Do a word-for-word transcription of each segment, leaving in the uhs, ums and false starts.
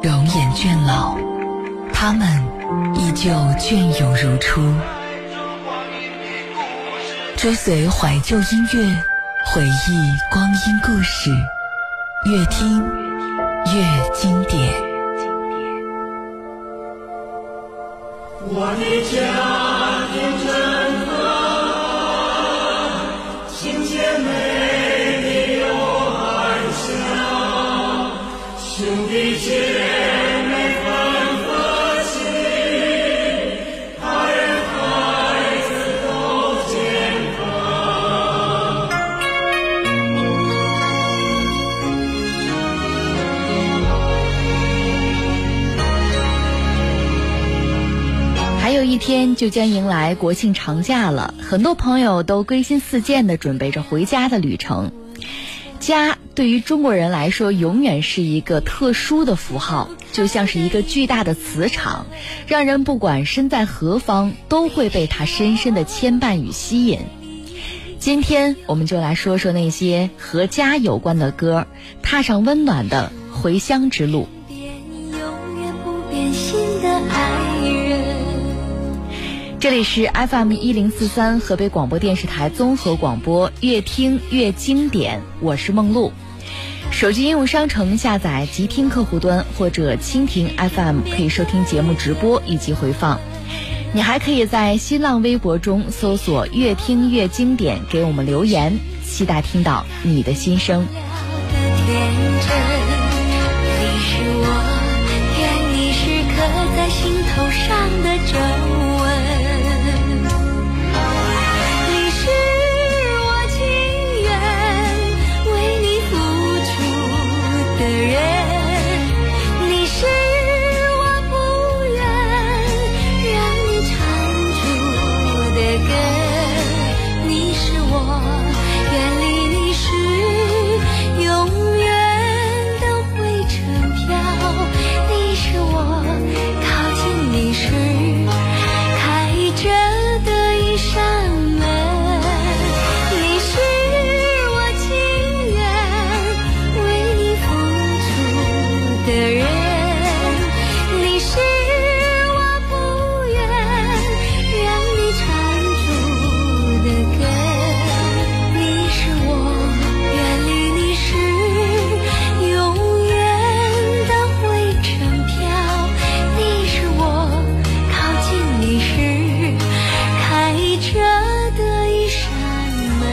容颜倦老，他们依旧隽永如初。追随怀旧音乐，回忆光阴故事，越听越经典。 我的家庭真和，亲姐妹你有爱乡，兄弟姐妹分和气，他人孩子都健康。 还有一天就将迎来国庆长假了，很多朋友都归心似箭地准备着回家的旅程。家对于中国人来说永远是一个特殊的符号，就像是一个巨大的磁场，让人不管身在何方都会被它深深的牵绊与吸引。今天我们就来说说那些和家有关的歌，踏上温暖的回乡之路。 永远不变心的爱人。 这里是 F M 一零四三河北广播电视台综合广播，越听越经典，我是梦露。手机应用商城下载即听客户端或者蜻蜓 F M 可以收听节目直播以及回放。你还可以在新浪微博中搜索越听越经典，给我们留言，期待听到你的心声。 天真，你是我愿你时刻在心头上的皱纹，你是我情愿为你付出的人，你是我不愿让你缠住的根，你是我远离你时永远的灰尘飘，你是我靠近你时开着的一扇门，你是我情愿为你付出的人，你是我不愿让你缠住的根，你是我远离你时永远的灰尘飘，你是我靠近你时开着的一扇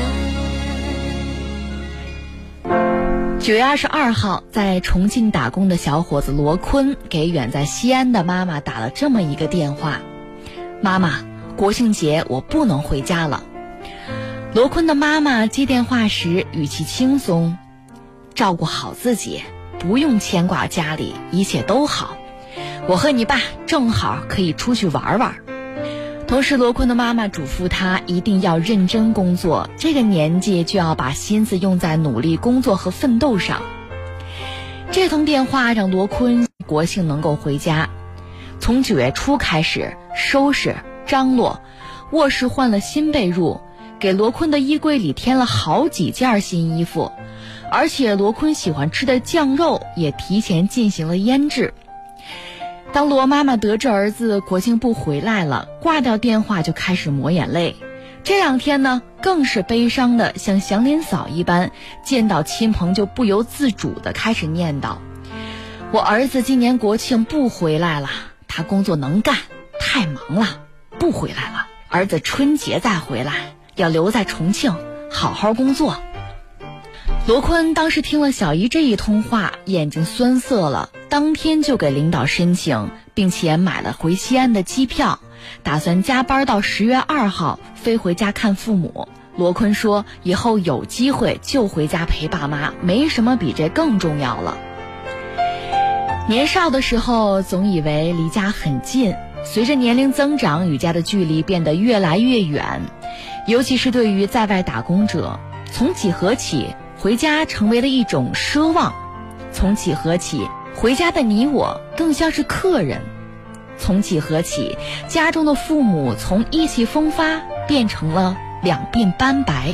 门。 九月二十二号，在重庆打工的小伙子罗坤给远在西安的妈妈打了这么一个电话：妈妈，国庆节我不能回家了。罗坤的妈妈接电话时语气轻松：照顾好自己，不用牵挂家里，一切都好。我和你爸正好可以出去玩玩。同时罗坤的妈妈嘱咐他一定要认真工作，这个年纪就要把心思用在努力工作和奋斗上。这通电话让罗坤国庆能够回家。从九月初开始收拾张罗，卧室换了新被褥，给罗坤的衣柜里添了好几件新衣服，而且罗坤喜欢吃的酱肉也提前进行了腌制。当罗妈妈得知儿子国庆不回来了，挂掉电话就开始抹眼泪。这两天呢，更是悲伤的像祥林嫂一般，见到亲朋就不由自主的开始念叨：我儿子今年国庆不回来了，他工作能干，太忙了，不回来了。儿子春节再回来，要留在重庆好好工作。罗坤当时听了小姨这一通话，眼睛酸涩了，当天就给领导申请，并且买了回西安的机票，打算加班到十月二号飞回家看父母。罗坤说以后有机会就回家陪爸妈，没什么比这更重要了。年少的时候总以为离家很近，随着年龄增长，与家的距离变得越来越远，尤其是对于在外打工者，从几何起回家成为了一种奢望，从几何起回家的你我更像是客人，从几何起家中的父母从意气风发变成了两鬓斑白。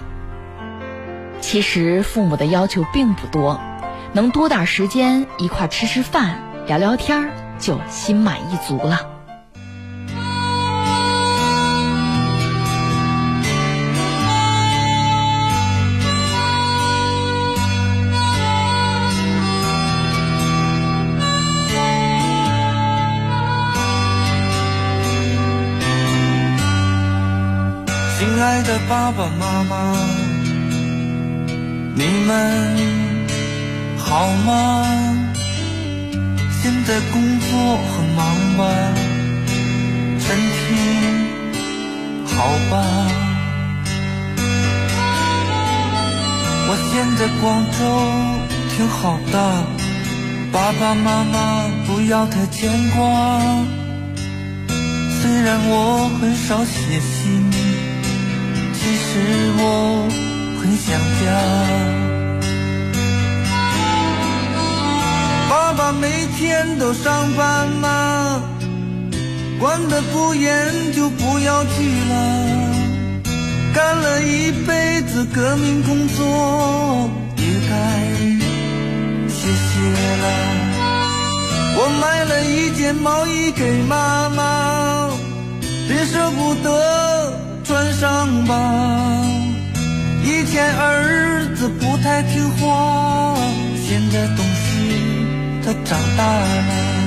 其实父母的要求并不多，能多点时间一块吃吃饭， 聊聊天儿就心满意足了。 亲爱的爸爸妈妈，你们好吗？现在工作很忙吧？身体好吧？我现在广州挺好的，爸爸妈妈不要太牵挂。虽然我很少写信，其实我很想家。爸爸每天都上班吗？管得不严就不要去了。干了一辈子革命工作，也该歇歇了。我买了一件毛衣给妈妈，别舍不得穿上吧。以前儿子不太听话，现在懂事，他长大了。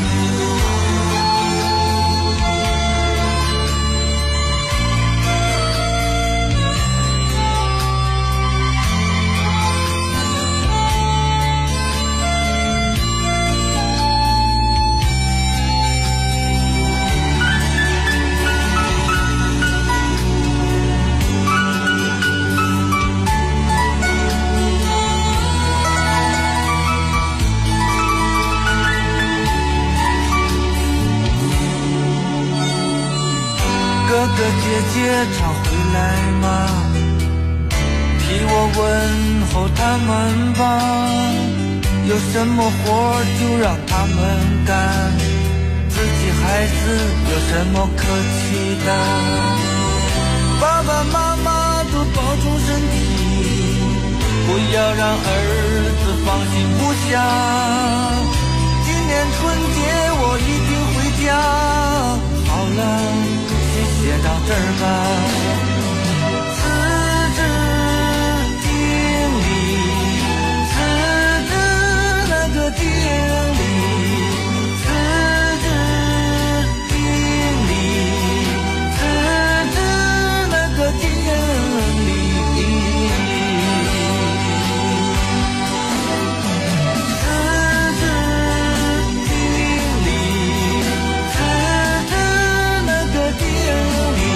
哥哥姐姐常回来吗？替我问候他们吧。有什么活就让他们干，自己孩子有什么可气的？爸爸妈妈多保重身体，不要让儿子放心不下。今年春节我一定回家。好了，写到这儿吧。辞职经理，辞职那个经理，辞职经理，辞职那个经理，辞职经理，辞职那个经理。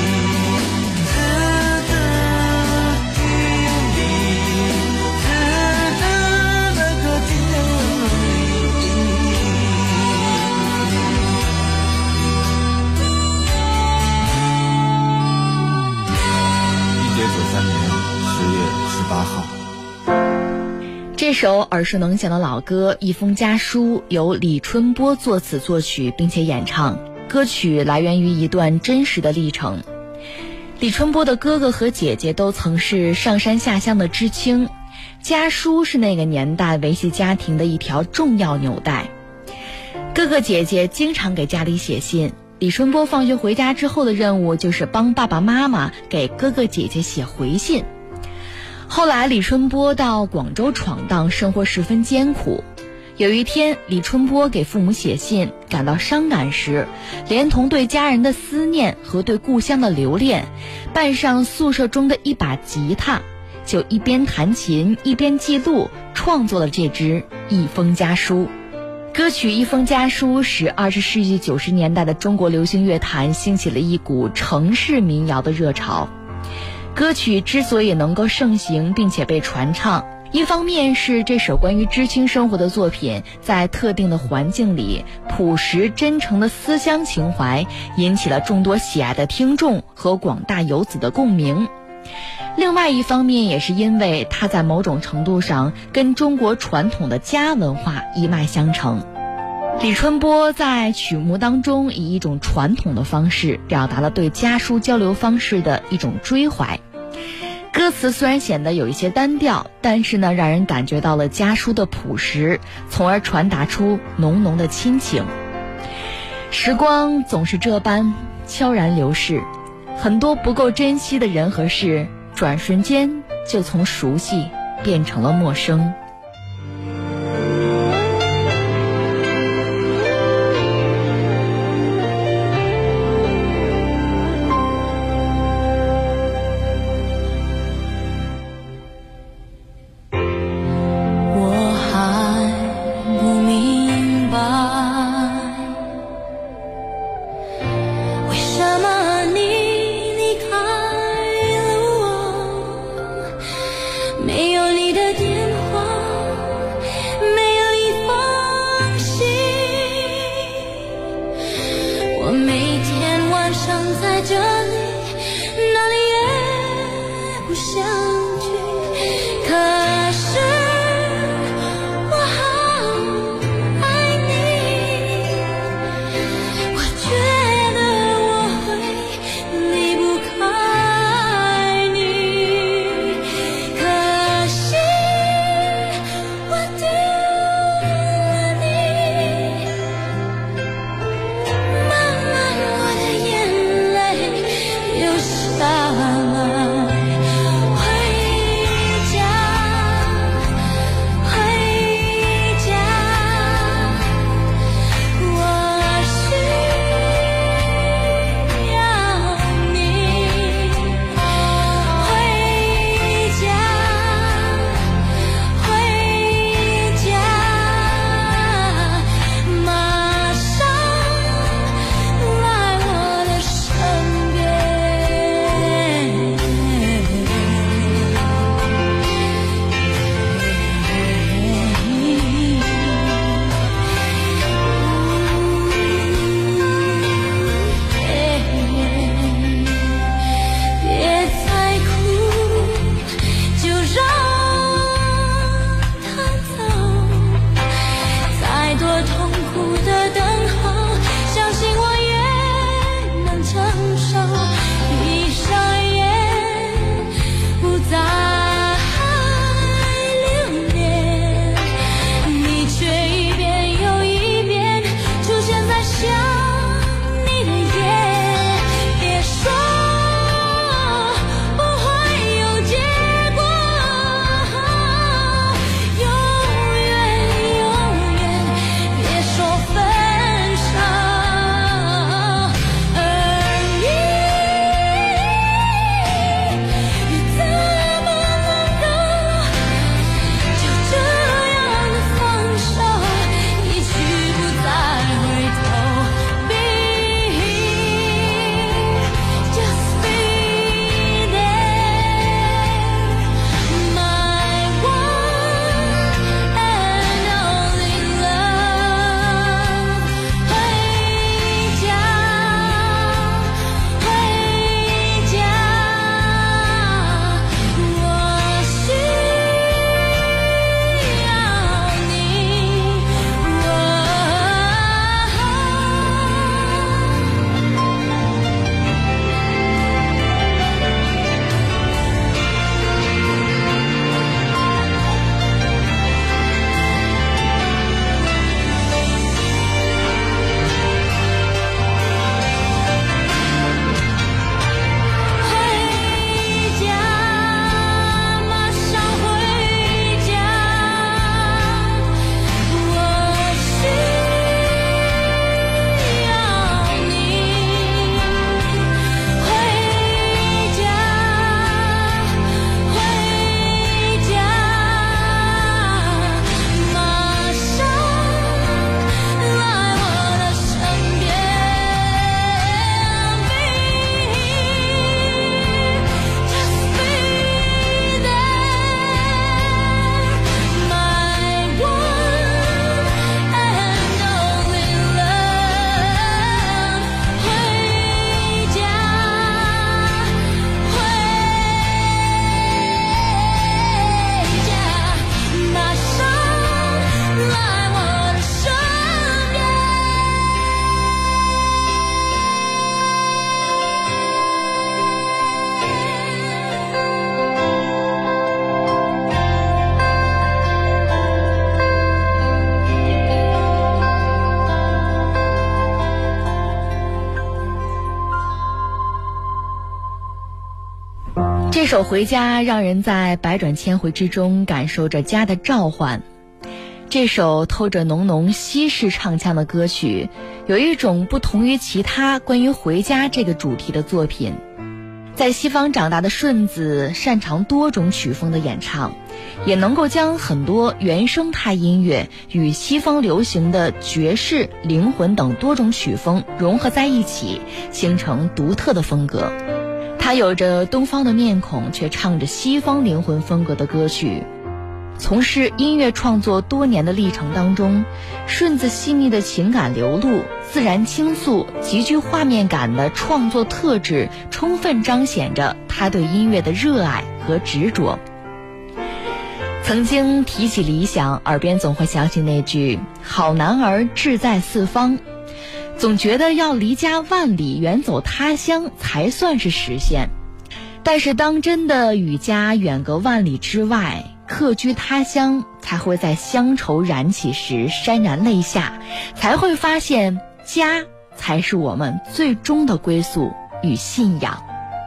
这首耳熟能详的老歌《一封家书》由李春波作词作曲并且演唱，歌曲来源于一段真实的历程。李春波的哥哥和姐姐都曾是上山下乡的知青，家书是那个年代维系家庭的一条重要纽带。哥哥姐姐经常给家里写信，李春波放学回家之后的任务就是帮爸爸妈妈给哥哥姐姐写回信。后来李春波到广州闯荡，生活十分艰苦。有一天，李春波给父母写信，感到伤感时，连同对家人的思念和对故乡的留恋，伴上宿舍中的一把吉他，就一边弹琴一边记录，创作了这支《一封家书》。歌曲《一封家书》使二十世纪九十年代的中国流行乐坛兴起了一股城市民谣的热潮。歌曲之所以能够盛行并且被传唱，一方面是这首关于知青生活的作品在特定的环境里朴实真诚的思乡情怀引起了众多喜爱的听众和广大游子的共鸣，另外一方面也是因为它在某种程度上跟中国传统的家文化一脉相承。李春波在曲目当中以一种传统的方式表达了对家书交流方式的一种追怀。 歌词虽然显得有一些单调，但是呢，让人感觉到了家书的朴实，从而传达出浓浓的亲情。时光总是这般悄然流逝，很多不够珍惜的人和事，转瞬间就从熟悉变成了陌生。 没有你的电话首《回家》让人在百转千回之中感受着家的召唤。这首透着浓浓西式唱腔的歌曲，有一种不同于其他关于回家这个主题的作品。在西方长大的顺子擅长多种曲风的演唱，也能够将很多原生态音乐与西方流行的爵士、灵魂等多种曲风融合在一起，形成独特的风格。他有着东方的面孔，却唱着西方灵魂风格的歌曲。从事音乐创作多年的历程当中，顺子细腻的情感流露、自然倾诉、极具画面感的创作特质，充分彰显着他对音乐的热爱和执着。曾经提起理想，耳边总会想起那句“好男儿志在四方”，总觉得要离家万里，远走他乡才算是实现。但是当真的与家远隔万里之外，客居他乡，才会在乡愁燃起时潸然泪下，才会发现家才是我们最终的归宿与信仰。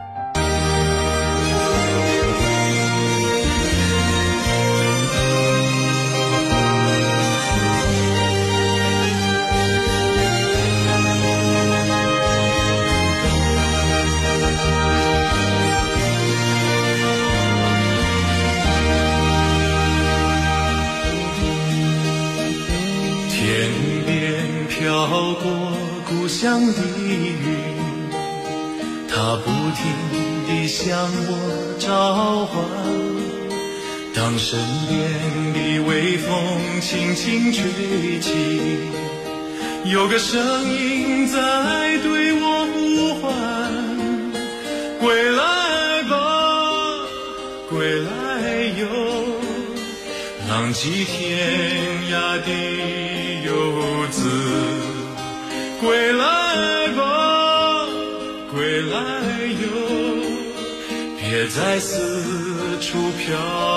飘过故乡的云，它不停地向我召唤。当身边的微风轻轻吹起，有个声音在对我呼唤：归来吧，归来哟，浪迹天涯的游子，归来吧，归来哟，别再四处漂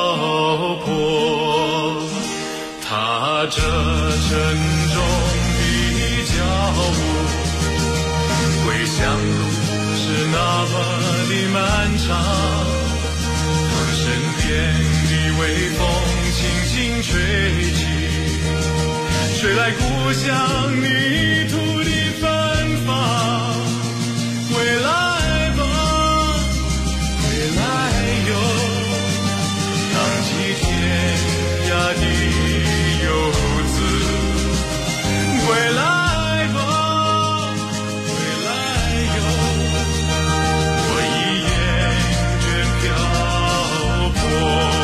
泊。踏着沉重的脚步，归乡路是那么的漫长。当身边的微风轻轻吹起，吹来故乡泥土的芬芳。归来吧，归来哟，浪迹天涯的游子。归来吧，归来哟，我已厌倦漂泊。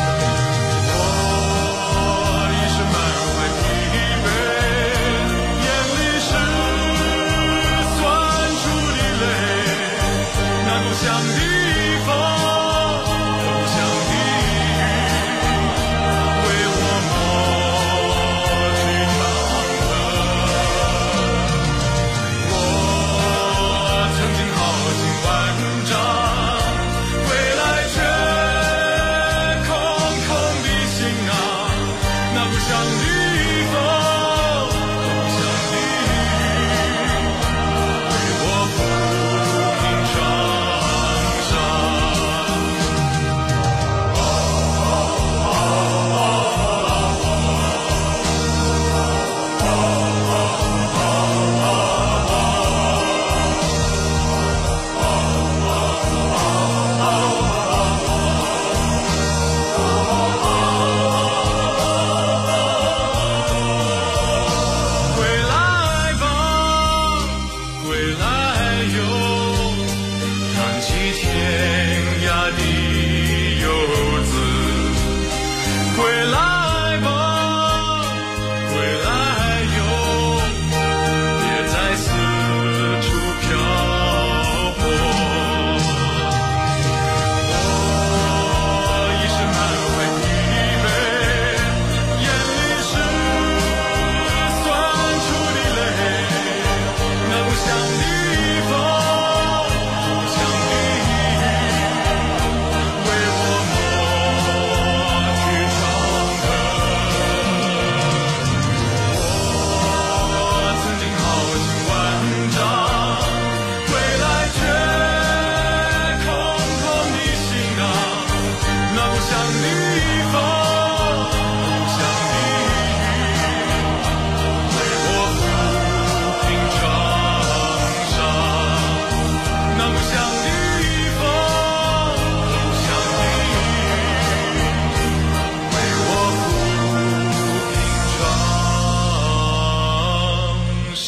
我一生满怀疲惫，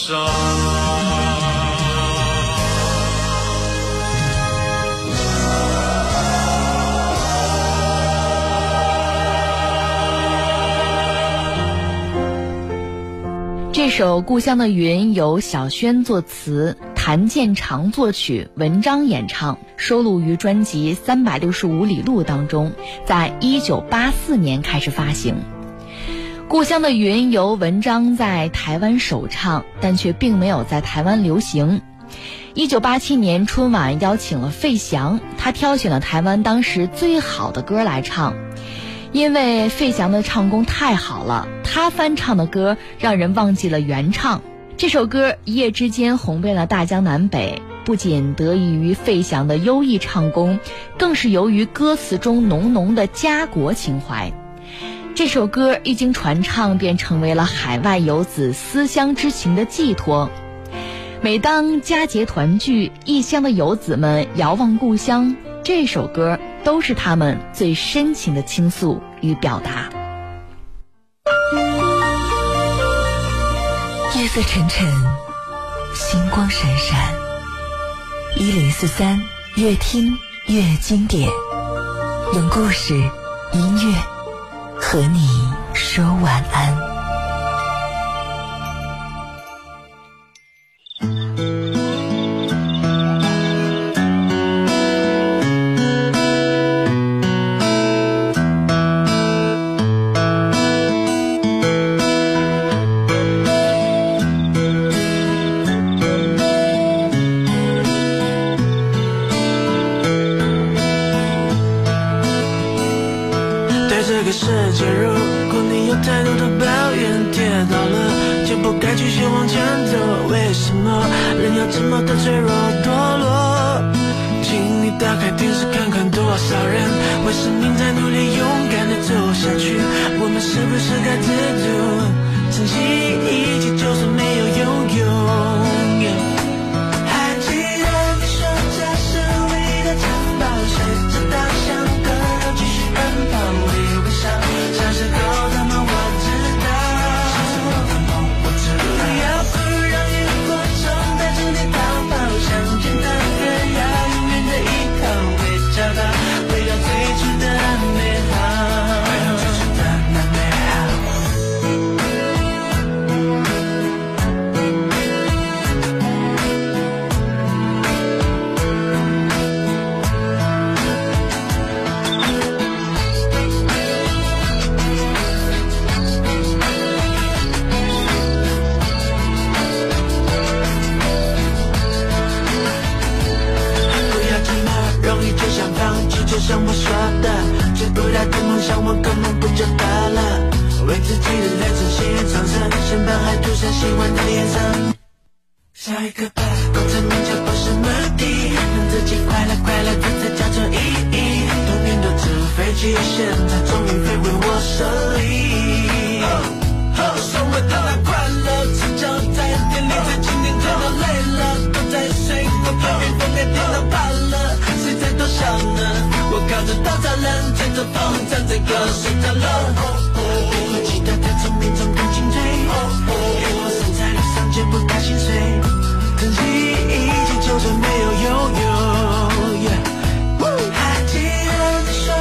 伤。 这首《故乡的云》由小轩作词，谭健常作曲，文章演唱，收录于专辑《三百六十五里路》当中，在一九八四年开始发行。《故乡的云》由文章在台湾首唱，但却并没有在台湾流行。一九八七年春晚邀请了费翔，他挑选了台湾当时最好的歌来唱。因为费翔的唱功太好了，他翻唱的歌让人忘记了原唱。这首歌一夜之间红遍了大江南北，不仅得益于费翔的优异唱功，更是由于歌词中浓浓的家国情怀。这首歌一经传唱，便成为了海外游子思乡之情的寄托。每当佳节团聚，异乡的游子们遥望故乡，这首歌都是他们最深情的倾诉与表达。 夜色沉沉，星光闪闪，一零四三，越听越经典，用故事、音乐和你说晚安。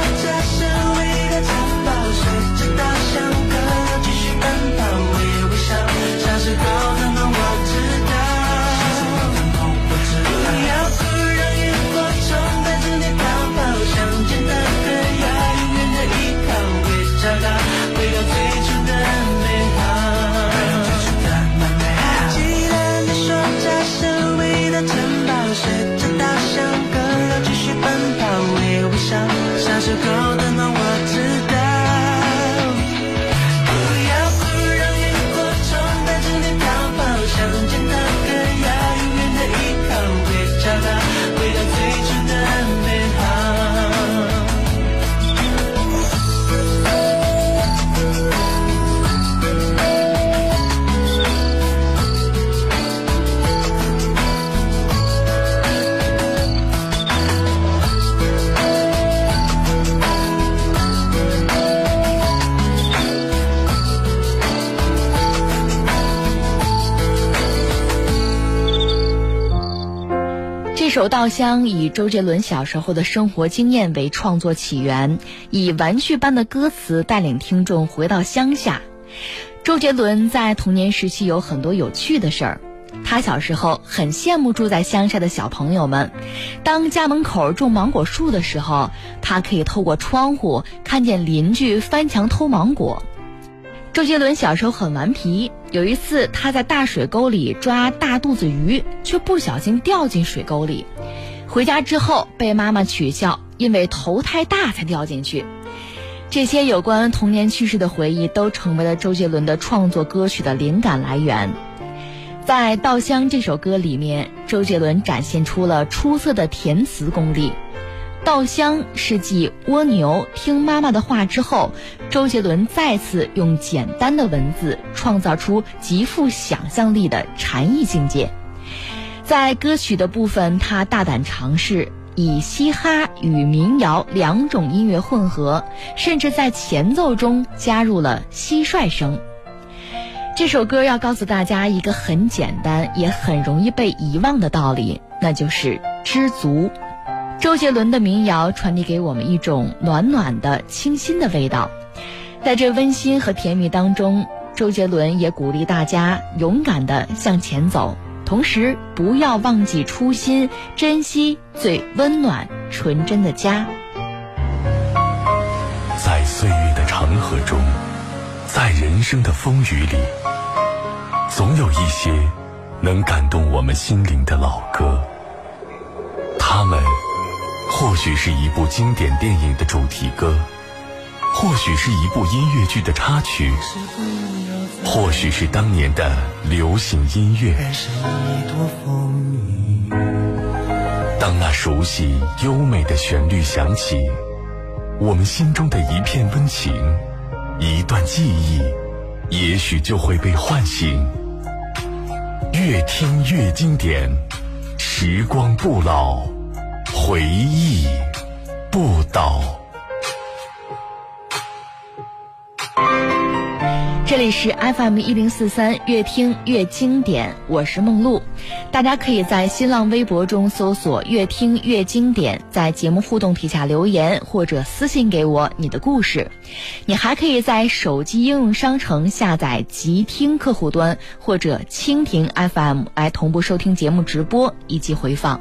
还记得你说家是唯一的城堡，谁知道香港又继续奔跑，我也微笑， 首《稻香》以周杰伦小时候的生活经验为创作起源，以玩具般的歌词带领听众回到乡下。周杰伦在童年时期有很多有趣的事儿。他小时候很羡慕住在乡下的小朋友们，当家门口种芒果树的时候，他可以透过窗户看见邻居翻墙偷芒果。周杰伦小时候很顽皮，有一次他在大水沟里抓大肚子鱼，却不小心掉进水沟里，回家之后被妈妈取笑，因为头太大才掉进去。这些有关童年趣事的回忆都成为了周杰伦的创作歌曲的灵感来源。在《稻香》这首歌里面，周杰伦展现出了出色的填词功力。稻香是继蜗牛听妈妈的话之后，周杰伦再次用简单的文字创造出极富想象力的禅意境界。在歌曲的部分，他大胆尝试以嘻哈与民谣两种音乐混合，甚至在前奏中加入了蟋蟀声。这首歌要告诉大家一个很简单也很容易被遗忘的道理，那就是知足。周杰伦的民谣传递给我们一种暖暖的清新的味道，在这温馨和甜蜜当中，周杰伦也鼓励大家勇敢地向前走，同时不要忘记初心，珍惜最温暖纯真的家。 在岁月的长河中，在人生的风雨里，总有一些能感动我们心灵的老歌，它们或许是一部经典电影的主题歌，或许是一部音乐剧的插曲，或许是当年的流行音乐。当那熟悉优美的旋律响起，我们心中的一片温情，一段记忆也许就会被唤醒。越听越经典，时光不老，回忆不倒。 这里是 F M 一零四三，越听越经典，我是梦露。大家可以在新浪微博中搜索越听越经典，在节目互动题下留言或者私信给我你的故事。你还可以在手机应用商城下载极听客户端或者蜻蜓 F M 来同步收听节目直播以及回放。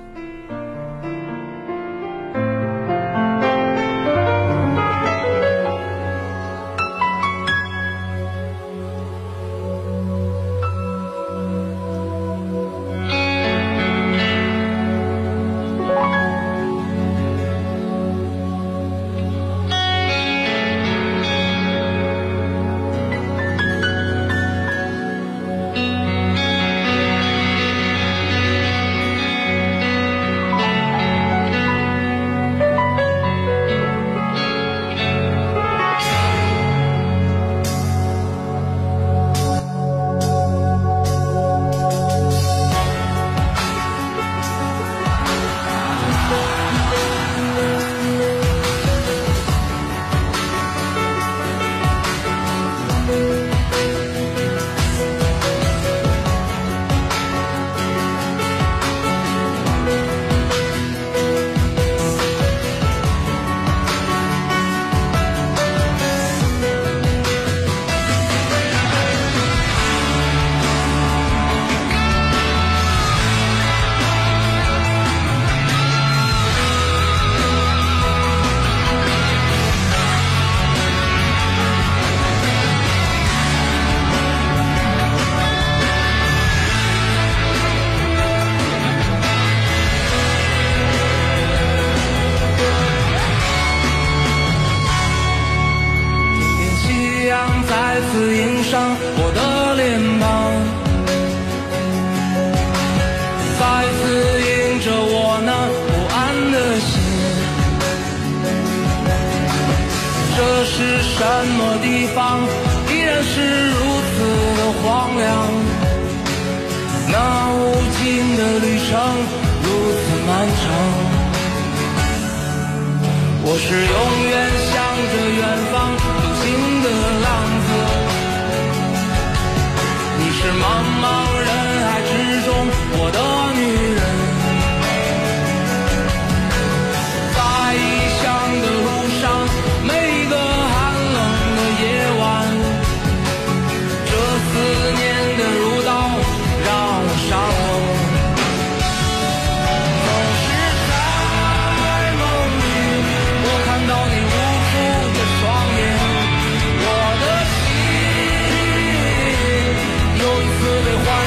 茫茫人海之中，我的女人。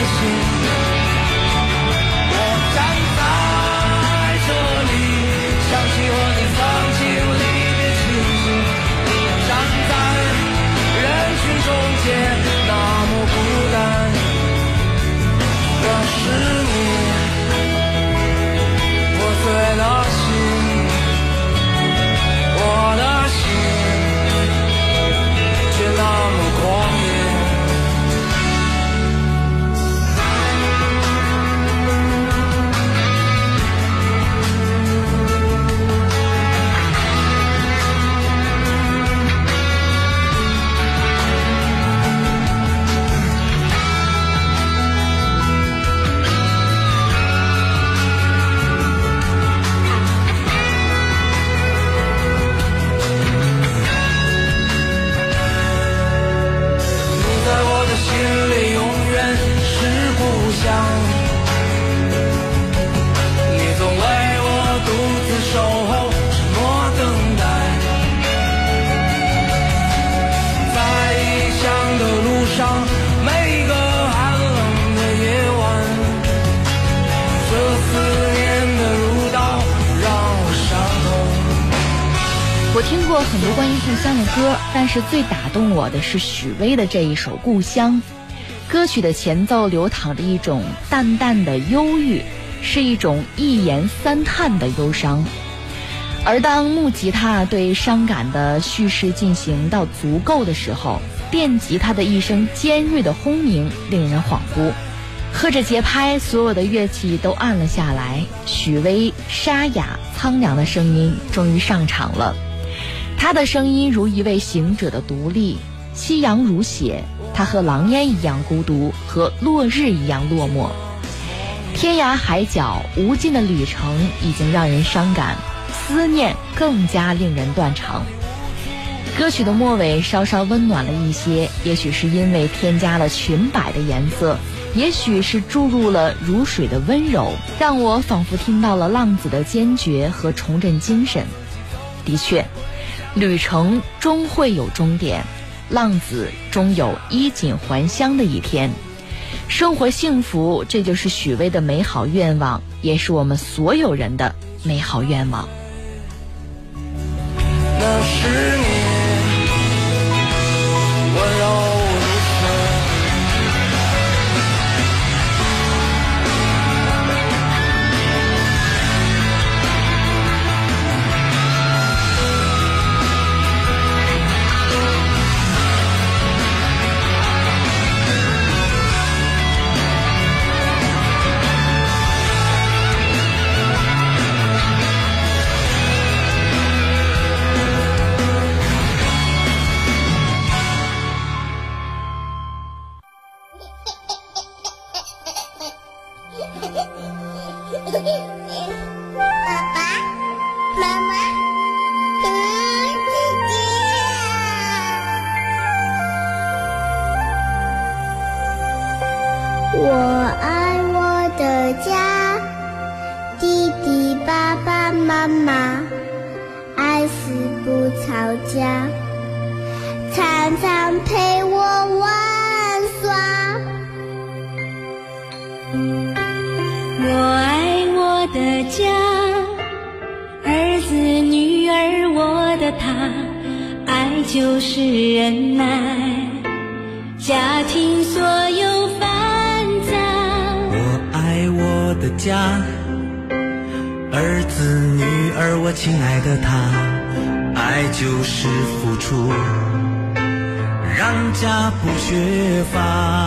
我听过很多关于故乡的歌，但是最打动我的是许巍的这一首《故乡》。歌曲的前奏流淌着一种淡淡的忧郁，是一种一言三叹的忧伤。而当木吉他对伤感的叙事进行到足够的时候，电吉他的一声尖锐的轰鸣令人恍惚。和着节拍，所有的乐器都暗了下来，许巍沙哑苍凉的声音终于上场了。他的声音如一位行者的独立，夕阳如血，他和狼烟一样孤独，和落日一样落寞。天涯海角无尽的旅程已经让人伤感，思念更加令人断肠。歌曲的末尾稍稍温暖了一些，也许是因为添加了裙摆的颜色，也许是注入了如水的温柔，让我仿佛听到了浪子的坚决和重振精神。的确，旅程终会有终点，浪子终有衣锦还乡的一天。生活幸福，这就是许巍的美好愿望，也是我们所有人的美好愿望。 那是你温柔我爱我的家，弟弟爸爸妈妈爱死不吵架，常常陪我玩耍。 我爱我的家，儿子女儿我的他，爱就是忍耐，家庭所有我的家，儿子女儿我亲爱的他，爱就是付出，让家不缺乏，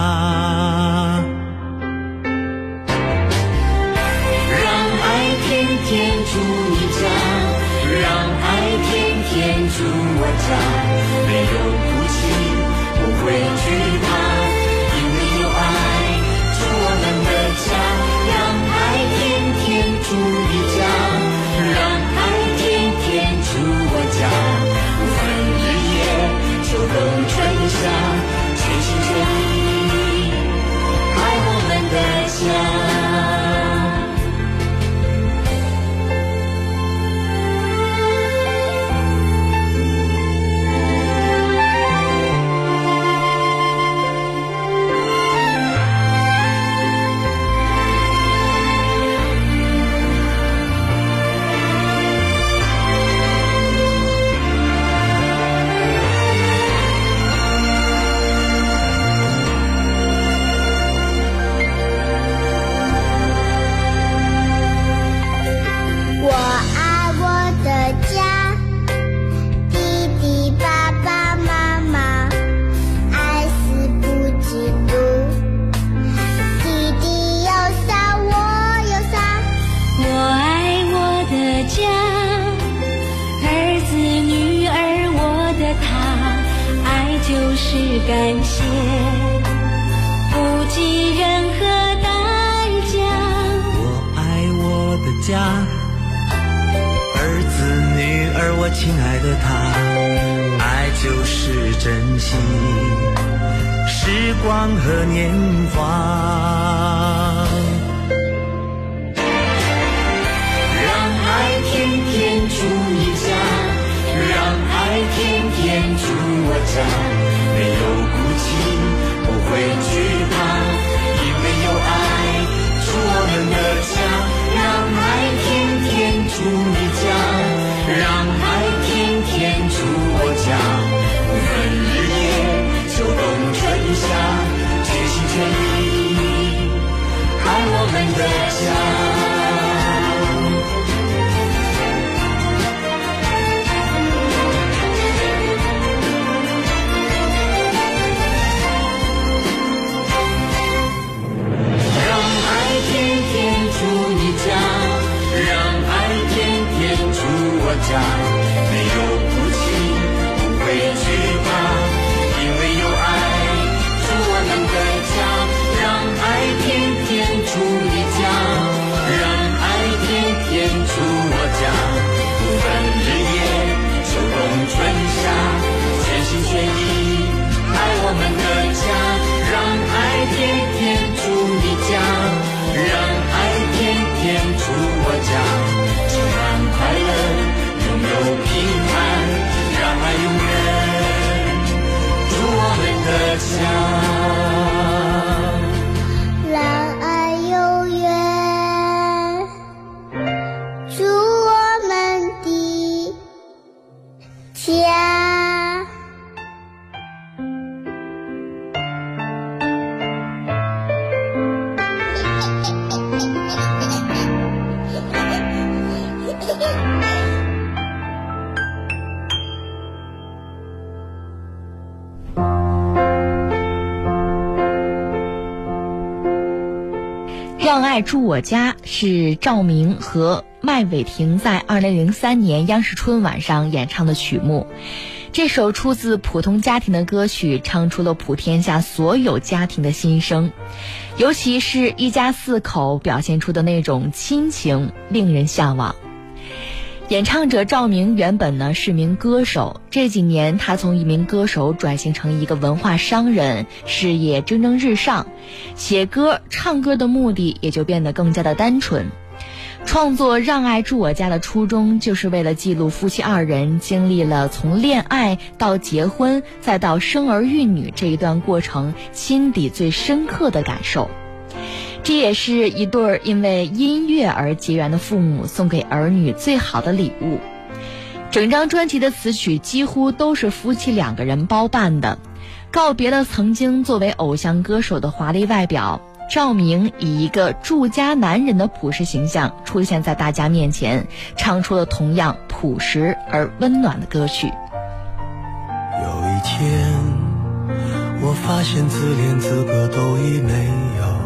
让爱天天住你家，让爱天天住我家，没有哭泣，不会惧怕，因为有爱住我们的家。让爱天天住你家，让爱天天住我家，不分日夜，秋冬春夏，全心全意是感谢，不计任何代价。 我爱我的家，儿子女儿我亲爱的他，爱就是珍惜时光和年华，让爱天天住你家，让爱天天住我家，没有哭泣不会惧怕，因为有爱住我们的家，让爱天天住你家，让爱天天住我家，不分日夜秋冬春夏，全心全意爱我们的家。家没有哭泣，不会惧怕，因为有爱住我们的家，让爱天天住你家，让爱天天住我家，不分日夜秋冬春夏，全心全意爱我们的家，让爱天天住你家，让爱天天住我家，充满快乐有平安，让爱永远住我们的家，让爱永远住我们的家。 让爱住我家是赵明和麦伟霆在二零零三年央视春晚上演唱的曲目。这首出自普通家庭的歌曲，唱出了普天下所有家庭的心声，尤其是一家四口表现出的那种亲情，令人向往。演唱者赵明原本呢是名歌手，这几年他从一名歌手转型成一个文化商人，事业蒸蒸日上，写歌唱歌的目的也就变得更加的单纯。创作《让爱住我家》的初衷，就是为了记录夫妻二人经历了从恋爱到结婚再到生儿育女这一段过程心底最深刻的感受。这也是一对因为音乐而结缘的父母送给儿女最好的礼物。整张专辑的词曲几乎都是夫妻两个人包办的，告别了曾经作为偶像歌手的华丽外表，赵明以一个住家男人的朴实形象出现在大家面前，唱出了同样朴实而温暖的歌曲。 有一天我发现自怜资格都已没有，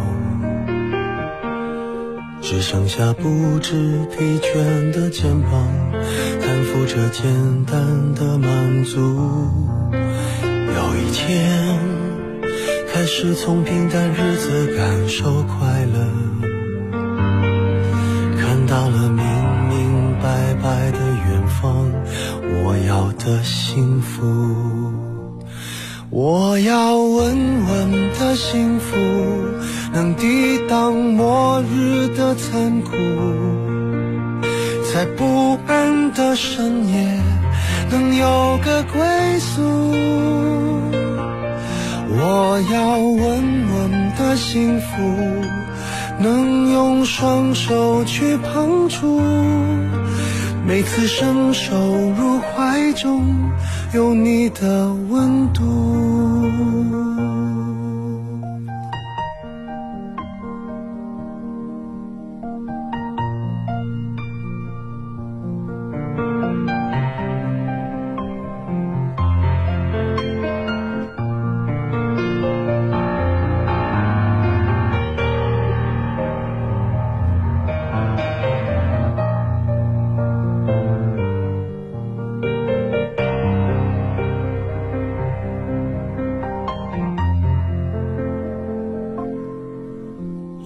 只剩下不知疲倦的肩膀，担负着简单的满足。有一天开始从平淡日子感受快乐，看到了明明白白的远方，我要的幸福。我要稳稳的幸福，能抵挡末日的残酷，在不安的深夜能有个归宿。我要稳稳的幸福，能用双手去碰触，每次伸手入怀中有你的温度。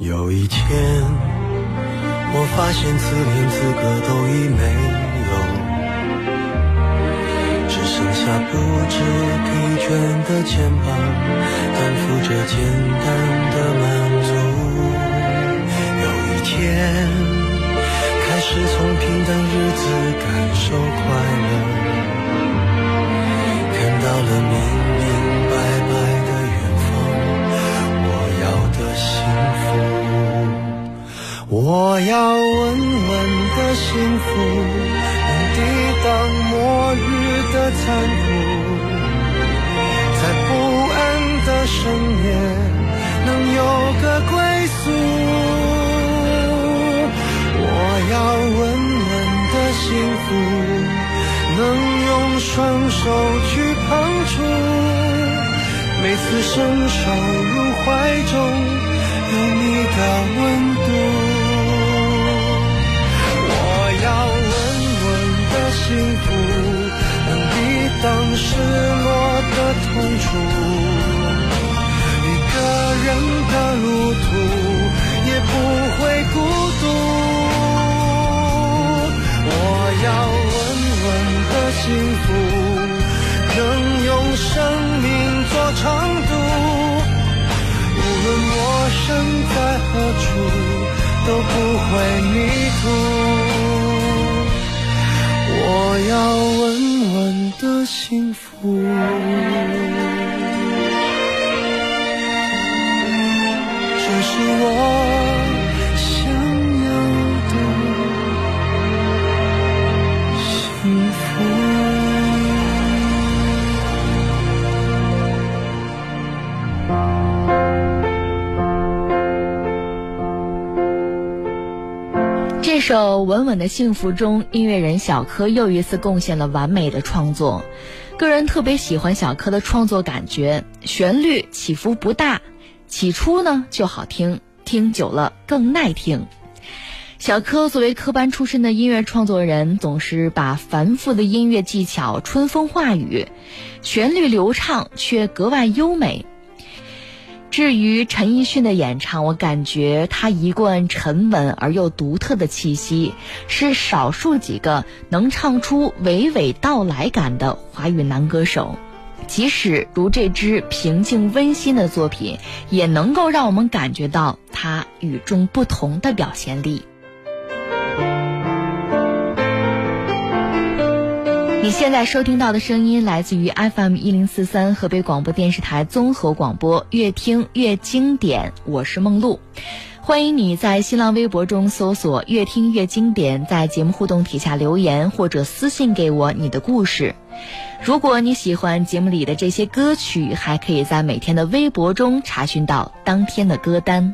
有一天我发现自怜资格都已没有，只剩下不知疲倦的肩膀，担负着简单的满足。有一天开始从平淡日子感受快乐，看到了明明白白的远方，我要的幸福。我要稳稳的幸福，能抵挡末日的残酷，在不安的深夜能有个归宿。我要稳稳的幸福，能用双手去碰触，每次伸手入怀中有你的温度。我要稳稳的幸福，能抵挡失落的痛楚，一个人的路途也不会孤独。我要稳稳的幸福，能用生命做长度，无论我身在何处都不会迷途。我要稳稳的幸福，这是我想要的幸福。 这首《稳稳的幸福》中，音乐人小柯又一次贡献了完美的创作。个人特别喜欢小柯的创作感觉，旋律起伏不大，起初呢就好听，听久了更耐听。小柯作为科班出身的音乐创作人，总是把繁复的音乐技巧春风化雨，旋律流畅却格外优美。至于陈奕迅的演唱，我感觉他一贯沉稳而又独特的气息，是少数几个能唱出娓娓道来感的华语男歌手。即使如这支平静温馨的作品，也能够让我们感觉到他与众不同的表现力。你现在收听到的声音来自于 F M 一零四三 河北广播电视台综合广播，越听越经典，我是梦露。欢迎你在新浪微博中搜索越听越经典，在节目互动帖下留言或者私信给我你的故事。如果你喜欢节目里的这些歌曲，还可以在每天的微博中查询到当天的歌单。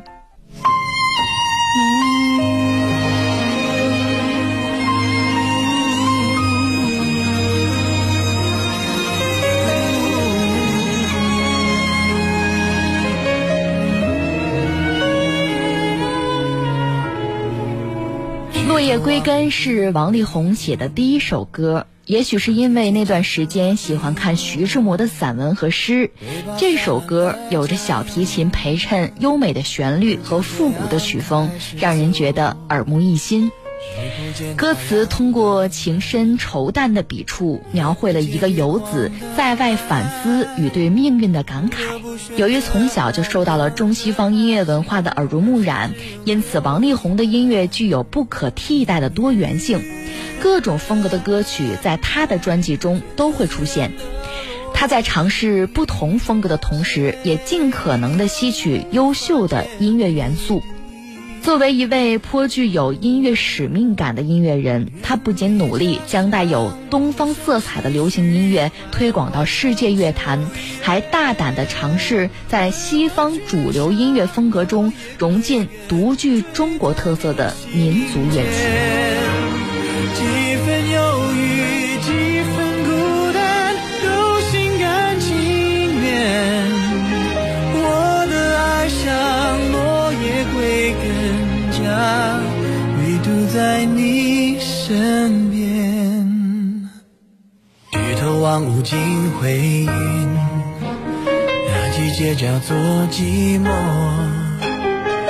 落叶归根是王力宏写的第一首歌，也许是因为那段时间喜欢看徐志摩的散文和诗，这首歌有着小提琴陪衬优美的旋律和复古的曲风，让人觉得耳目一新。歌词通过情深愁淡的笔触，描绘了一个游子在外反思与对命运的感慨。由于从小就受到了中西方音乐文化的耳濡目染，因此王力宏的音乐具有不可替代的多元性，各种风格的歌曲在他的专辑中都会出现。他在尝试不同风格的同时，也尽可能地吸取优秀的音乐元素。作为一位颇具有音乐使命感的音乐人，他不仅努力将带有东方色彩的流行音乐推广到世界乐坛，还大胆地尝试在西方主流音乐风格中融进独具中国特色的民族乐器。 几分忧郁，几分孤单，都心甘情愿。我的爱像落叶归根家，唯独在你身边。举头望无尽灰云，那季节叫做寂寞。陪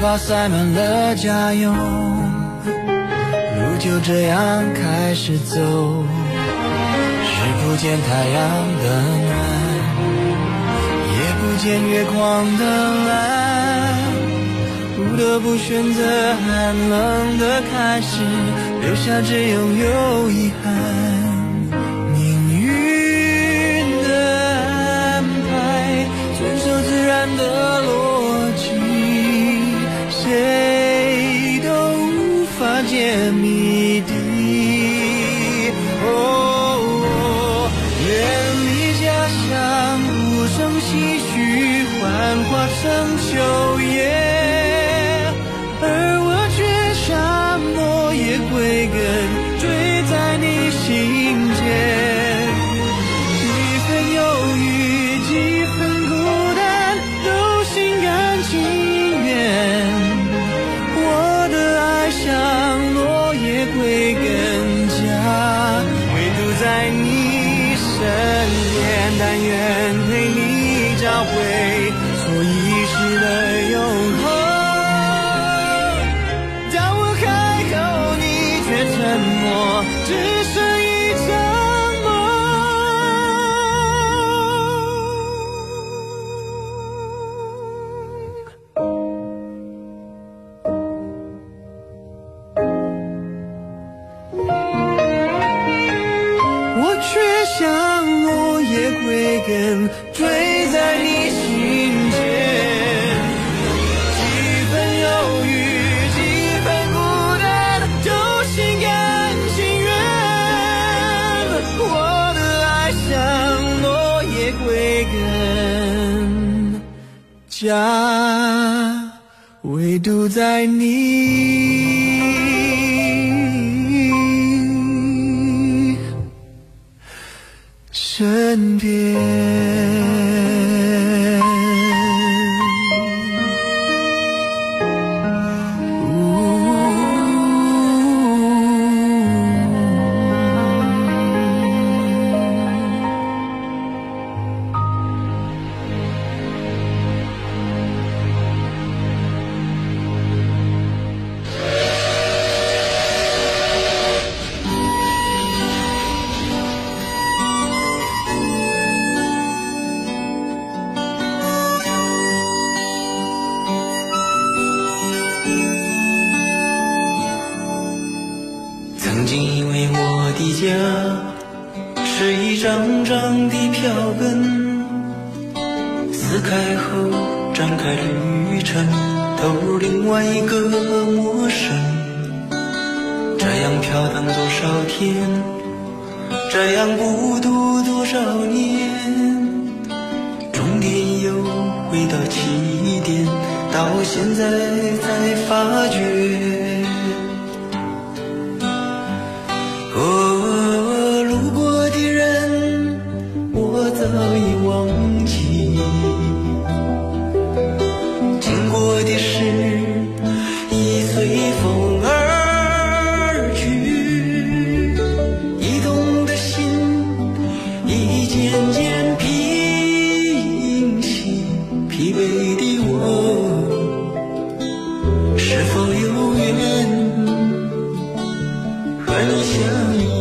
包塞满了家用，路就这样开始走，视不见太阳的暖，也不见月光的蓝，不得不选择寒冷的开始，留下只有有遗憾。命运的安排，遵守自然的逻辑，谁都无法解谜底。哦，远离家乡，无声唏嘘，幻化成秋叶，而我却像落叶归根，坠在你心间。几分忧郁，几分孤单，都心甘情愿。我的爱像落叶归根家，唯独在你身边，但愿陪你找回所遗失的永恒。当我开口，你却沉默，只剩一场梦。我却像落叶归根，坠在你心间。几分忧郁，几分孤单，都心甘情愿。我的爱像落叶归根家，唯独在你身边。曾经以为我的家是一张张的票根，撕开后展开旅程，投入另外一个陌生。这样飘荡多少天，这样孤独多少年，终点又回到起点，到现在才发觉。哦，路过的人我早已忘记，经过的事已随风而去，移动的心已渐渐平息，疲惫的我是否有缘和你相依。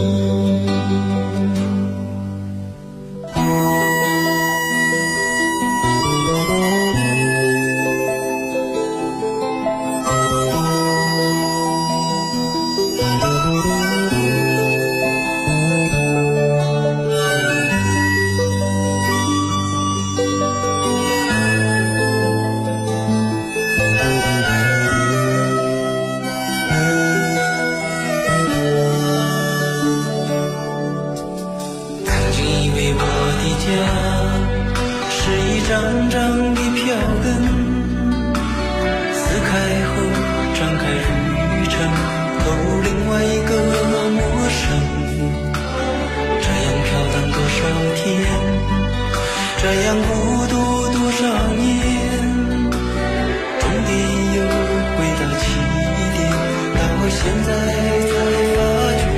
张张的票根，撕开后展开旅程，投入另外一个陌生。这样飘荡多少天，这样孤独多少年，终点又回到起点，到现在才发觉。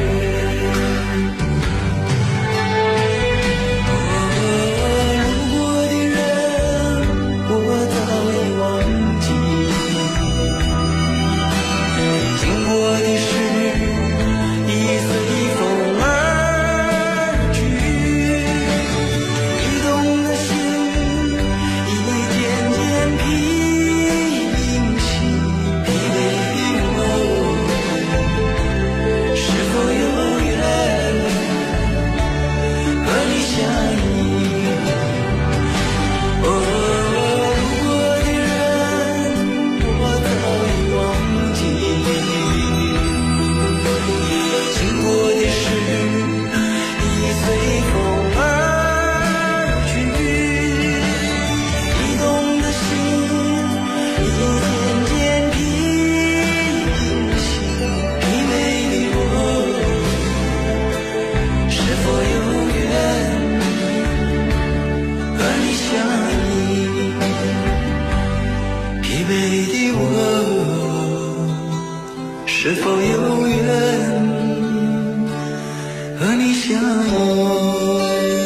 是否有缘和你相遇？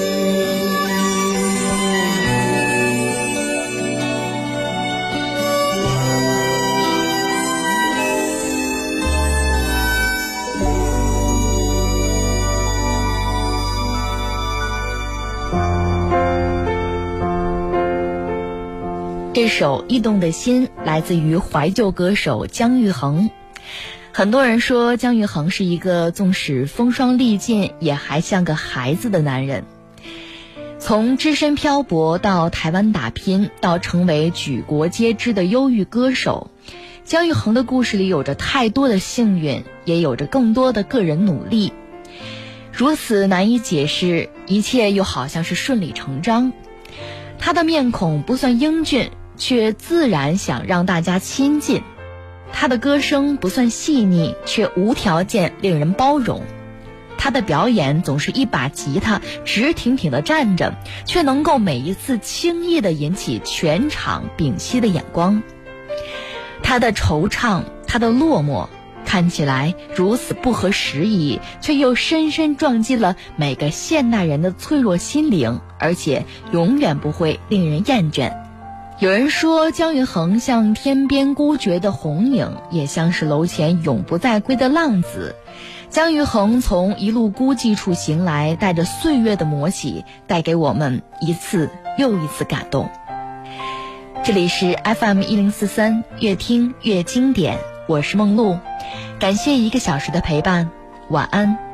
这首《驿动的心》来自于怀旧歌手姜育恒。很多人说姜育恒是一个纵使风霜历尽也还像个孩子的男人。从只身漂泊到台湾打拼，到成为举国皆知的忧郁歌手，姜育恒的故事里有着太多的幸运，也有着更多的个人努力。如此难以解释，一切又好像是顺理成章。他的面孔不算英俊，却自然想让大家亲近。他的歌声不算细腻，却无条件令人包容。他的表演总是一把吉他直挺挺地站着，却能够每一次轻易地引起全场屏息的眼光。他的惆怅，他的落寞，看起来如此不合时宜，却又深深撞击了每个现代人的脆弱心灵，而且永远不会令人厌倦。有人说姜育恒像天边孤绝的红影，也像是楼前永不再归的浪子。姜育恒从一路孤寂处行来，带着岁月的磨洗，带给我们一次又一次感动。这里是 F M 一零四三，越听越经典，我是梦露，感谢一个小时的陪伴，晚安。